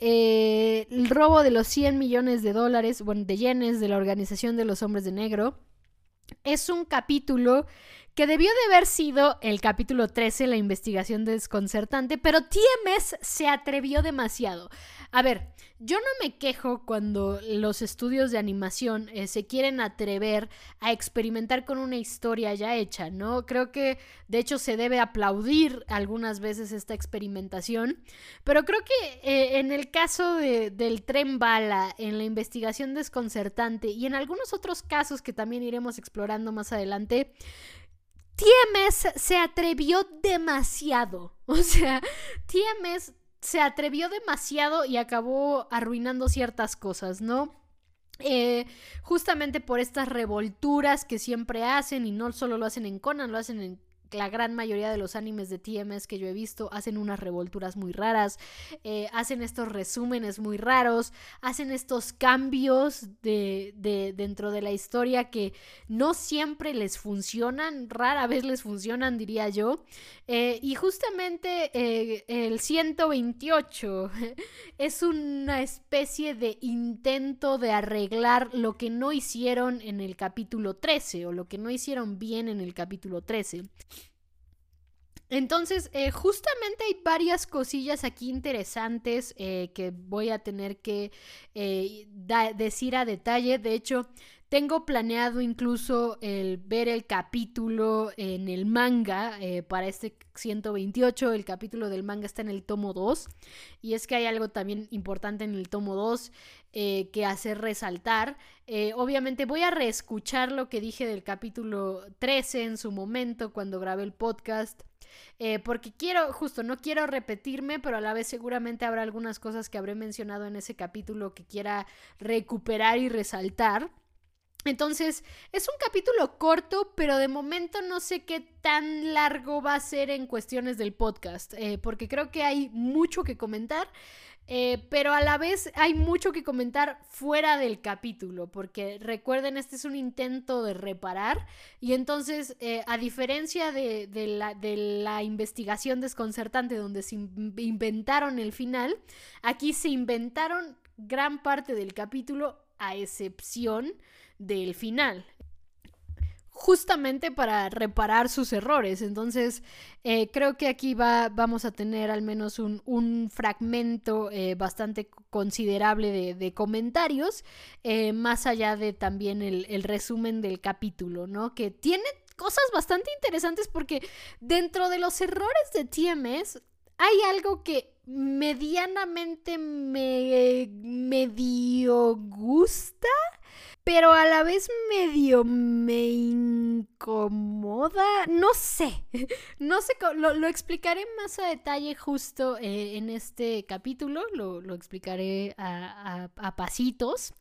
el robo de los 100 millones de dólares, bueno, de yenes de la Organización de los Hombres de Negro, es un capítulo que debió de haber sido el capítulo 13, la investigación desconcertante, pero TMS se atrevió demasiado. A ver, yo no me quejo cuando los estudios de animación se quieren atrever a experimentar con una historia ya hecha, ¿no? Creo que de hecho se debe aplaudir algunas veces esta experimentación, pero creo que en el caso del Tren Bala, en la investigación desconcertante y en algunos otros casos que también iremos explorando más adelante, TMS se atrevió demasiado. O sea, TMS se atrevió demasiado y acabó arruinando ciertas cosas, ¿no? Justamente por estas revolturas que siempre hacen, y no solo lo hacen en Conan, lo hacen en la gran mayoría de los animes de TMS que yo he visto, hacen unas revolturas muy raras, hacen estos resúmenes muy raros, hacen estos cambios dentro de la historia que no siempre les funcionan, rara vez les funcionan, diría yo. Y justamente el 128 es una especie de intento de arreglar lo que no hicieron en el capítulo 13 o lo que no hicieron bien en el capítulo 13. Entonces, justamente hay varias cosillas aquí interesantes que voy a tener que decir a detalle. De hecho, tengo planeado incluso ver el capítulo en el manga para este 128. El capítulo del manga está en el tomo 2. Y es que hay algo también importante en el tomo 2 que hacer resaltar. Obviamente voy a reescuchar lo que dije del capítulo 13 en su momento cuando grabé el podcast. Porque no quiero repetirme, pero a la vez seguramente habrá algunas cosas que habré mencionado en ese capítulo que quiera recuperar y resaltar. Entonces, es un capítulo corto, pero de momento no sé qué tan largo va a ser en cuestiones del podcast, porque creo que hay mucho que comentar. Pero a la vez hay mucho que comentar fuera del capítulo, porque recuerden, este es un intento de reparar, y entonces a diferencia de la investigación desconcertante donde se inventaron el final, aquí se inventaron gran parte del capítulo a excepción del final, justamente para reparar sus errores. Entonces creo que aquí vamos a tener al menos un fragmento bastante considerable de comentarios, más allá de también el resumen del capítulo, ¿no? Que tiene cosas bastante interesantes, porque dentro de los errores de TMS hay algo que medianamente medio gusta, pero a la vez medio me incomoda. No sé, lo explicaré más a detalle justo en este capítulo, lo explicaré a pasitos.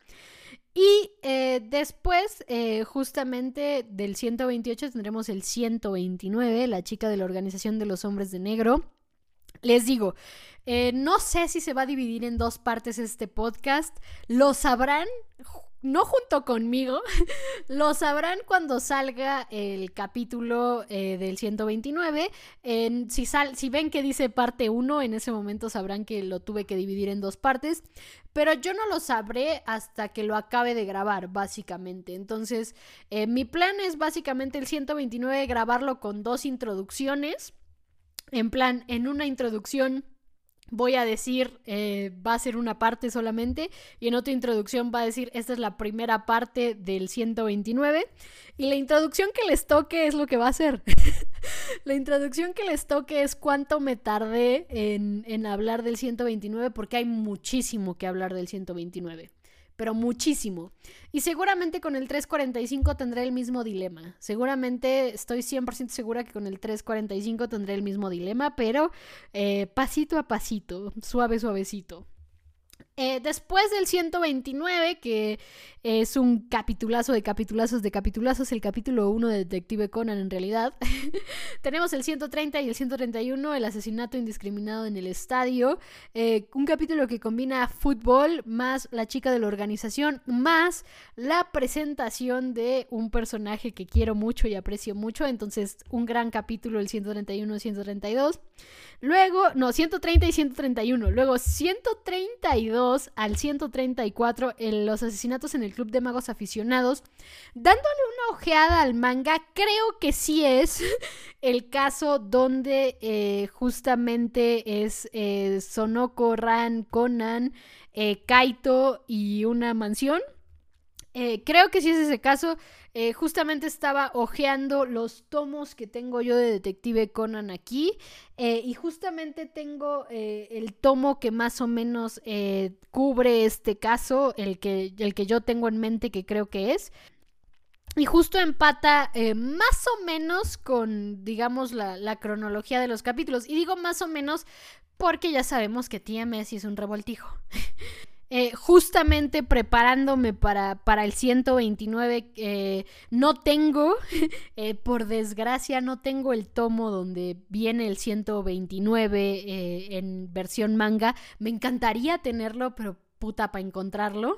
Y después, justamente del 128 tendremos el 129, la chica de la Organización de los Hombres de Negro. Les digo, no sé si se va a dividir en dos partes este podcast. Lo sabrán, no junto conmigo, lo sabrán cuando salga el capítulo del 129. Si ven que dice parte 1, en ese momento sabrán que lo tuve que dividir en dos partes. Pero yo no lo sabré hasta que lo acabe de grabar, básicamente. Entonces, mi plan es básicamente el 129 grabarlo con dos introducciones. En plan, en una introducción voy a decir, va a ser una parte solamente, y en otra introducción va a decir, esta es la primera parte del 129, y la introducción que les toque es lo que va a ser. La introducción que les toque es cuánto me tardé en hablar del 129, porque hay muchísimo que hablar del 129. Pero muchísimo. Y seguramente con el 345 tendré el mismo dilema. Seguramente, estoy 100% segura que con el 345 tendré el mismo dilema, pero pasito a pasito, suavecito. Después del 129, que es un capitulazo de capitulazos de capitulazos, el capítulo 1 de Detective Conan en realidad, tenemos el 130 y el 131, el asesinato indiscriminado en el estadio, un capítulo que combina fútbol más la chica de la organización, más la presentación de un personaje que quiero mucho y aprecio mucho. Entonces, un gran capítulo, el 131 y 132. Luego, no, 130 y 131. Luego, 132 132 al 134, los asesinatos en el Club de Magos Aficionados, dándole una ojeada al manga, creo que sí es el caso donde justamente es Sonoko, Ran, Conan, Kaito y una mansión. Creo que sí es ese caso. Justamente estaba hojeando los tomos que tengo yo de Detective Conan aquí, y justamente tengo el tomo que más o menos cubre este caso, el que yo tengo en mente, que creo que es. Y justo empata más o menos con, digamos, la cronología de los capítulos. Y digo más o menos porque ya sabemos que TMS es un revoltijo. Justamente preparándome para el 129, no tengo, por desgracia, no tengo el tomo donde viene el 129 en versión manga. Me encantaría tenerlo, pero puta, para encontrarlo.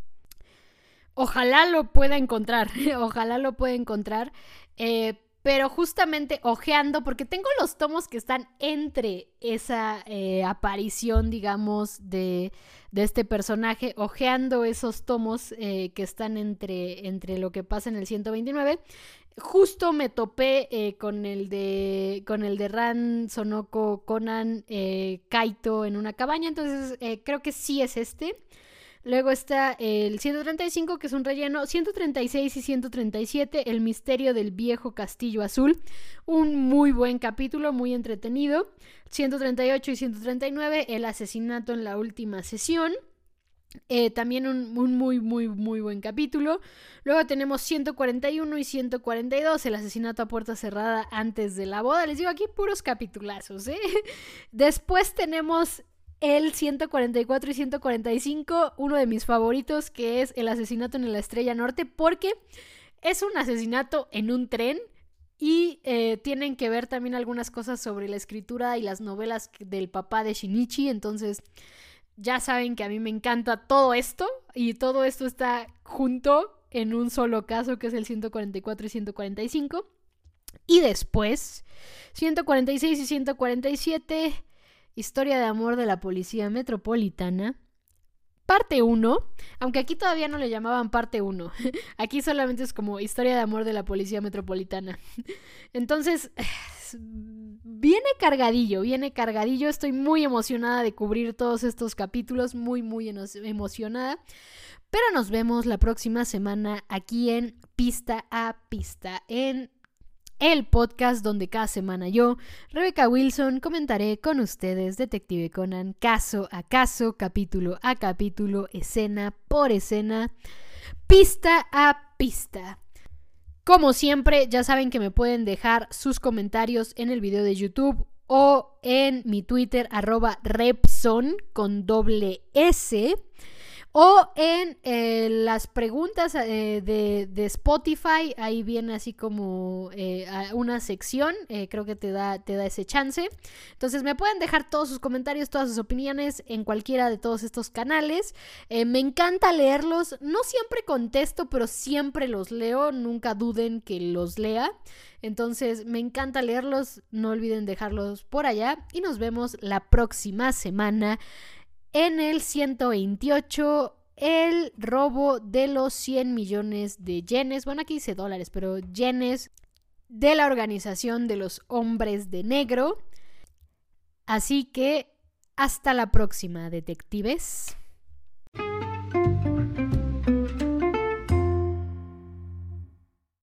Ojalá lo pueda encontrar, ojalá lo pueda encontrar. Pero justamente ojeando, porque tengo los tomos que están entre esa aparición, digamos, de este personaje, ojeando esos tomos que están entre lo que pasa en el 129. Justo me topé con el de Ran, Sonoko, Conan, Kaito en una cabaña, entonces creo que sí es este. Luego está el 135, que es un relleno. 136 y 137, El misterio del viejo castillo azul. Un muy buen capítulo, muy entretenido. 138 y 139, El asesinato en la última sesión. También un muy, muy, muy buen capítulo. Luego tenemos 141 y 142, El asesinato a puerta cerrada antes de la boda. Les digo, aquí puros capitulazos, ¿eh? Después tenemos el 144 y 145, uno de mis favoritos, que es El asesinato en la Estrella Norte, porque es un asesinato en un tren y tienen que ver también algunas cosas sobre la escritura y las novelas del papá de Shinichi. Entonces ya saben que a mí me encanta todo esto, y todo esto está junto en un solo caso, que es el 144 y 145. Y después 146 y 147, Historia de amor de la Policía Metropolitana, parte 1, aunque aquí todavía no le llamaban parte 1. Aquí solamente es como Historia de amor de la Policía Metropolitana. Entonces, viene cargadillo. Estoy muy emocionada de cubrir todos estos capítulos, muy, muy emocionada. Pero nos vemos la próxima semana aquí en Pista a Pista, en el podcast donde cada semana yo, Rebeca Wilson, comentaré con ustedes Detective Conan caso a caso, capítulo a capítulo, escena por escena, pista a pista. Como siempre, ya saben que me pueden dejar sus comentarios en el video de YouTube o en mi Twitter, @Repson con ss. O en las preguntas de Spotify, ahí viene así como una sección, creo que te da ese chance. Entonces me pueden dejar todos sus comentarios, todas sus opiniones en cualquiera de todos estos canales. Me encanta leerlos, no siempre contesto, pero siempre los leo, nunca duden que los lea. Entonces me encanta leerlos, no olviden dejarlos por allá y nos vemos la próxima semana. En el 128, el robo de los 100 millones de yenes, bueno, aquí dice dólares, pero yenes, de la Organización de los Hombres de Negro. Así que hasta la próxima, detectives.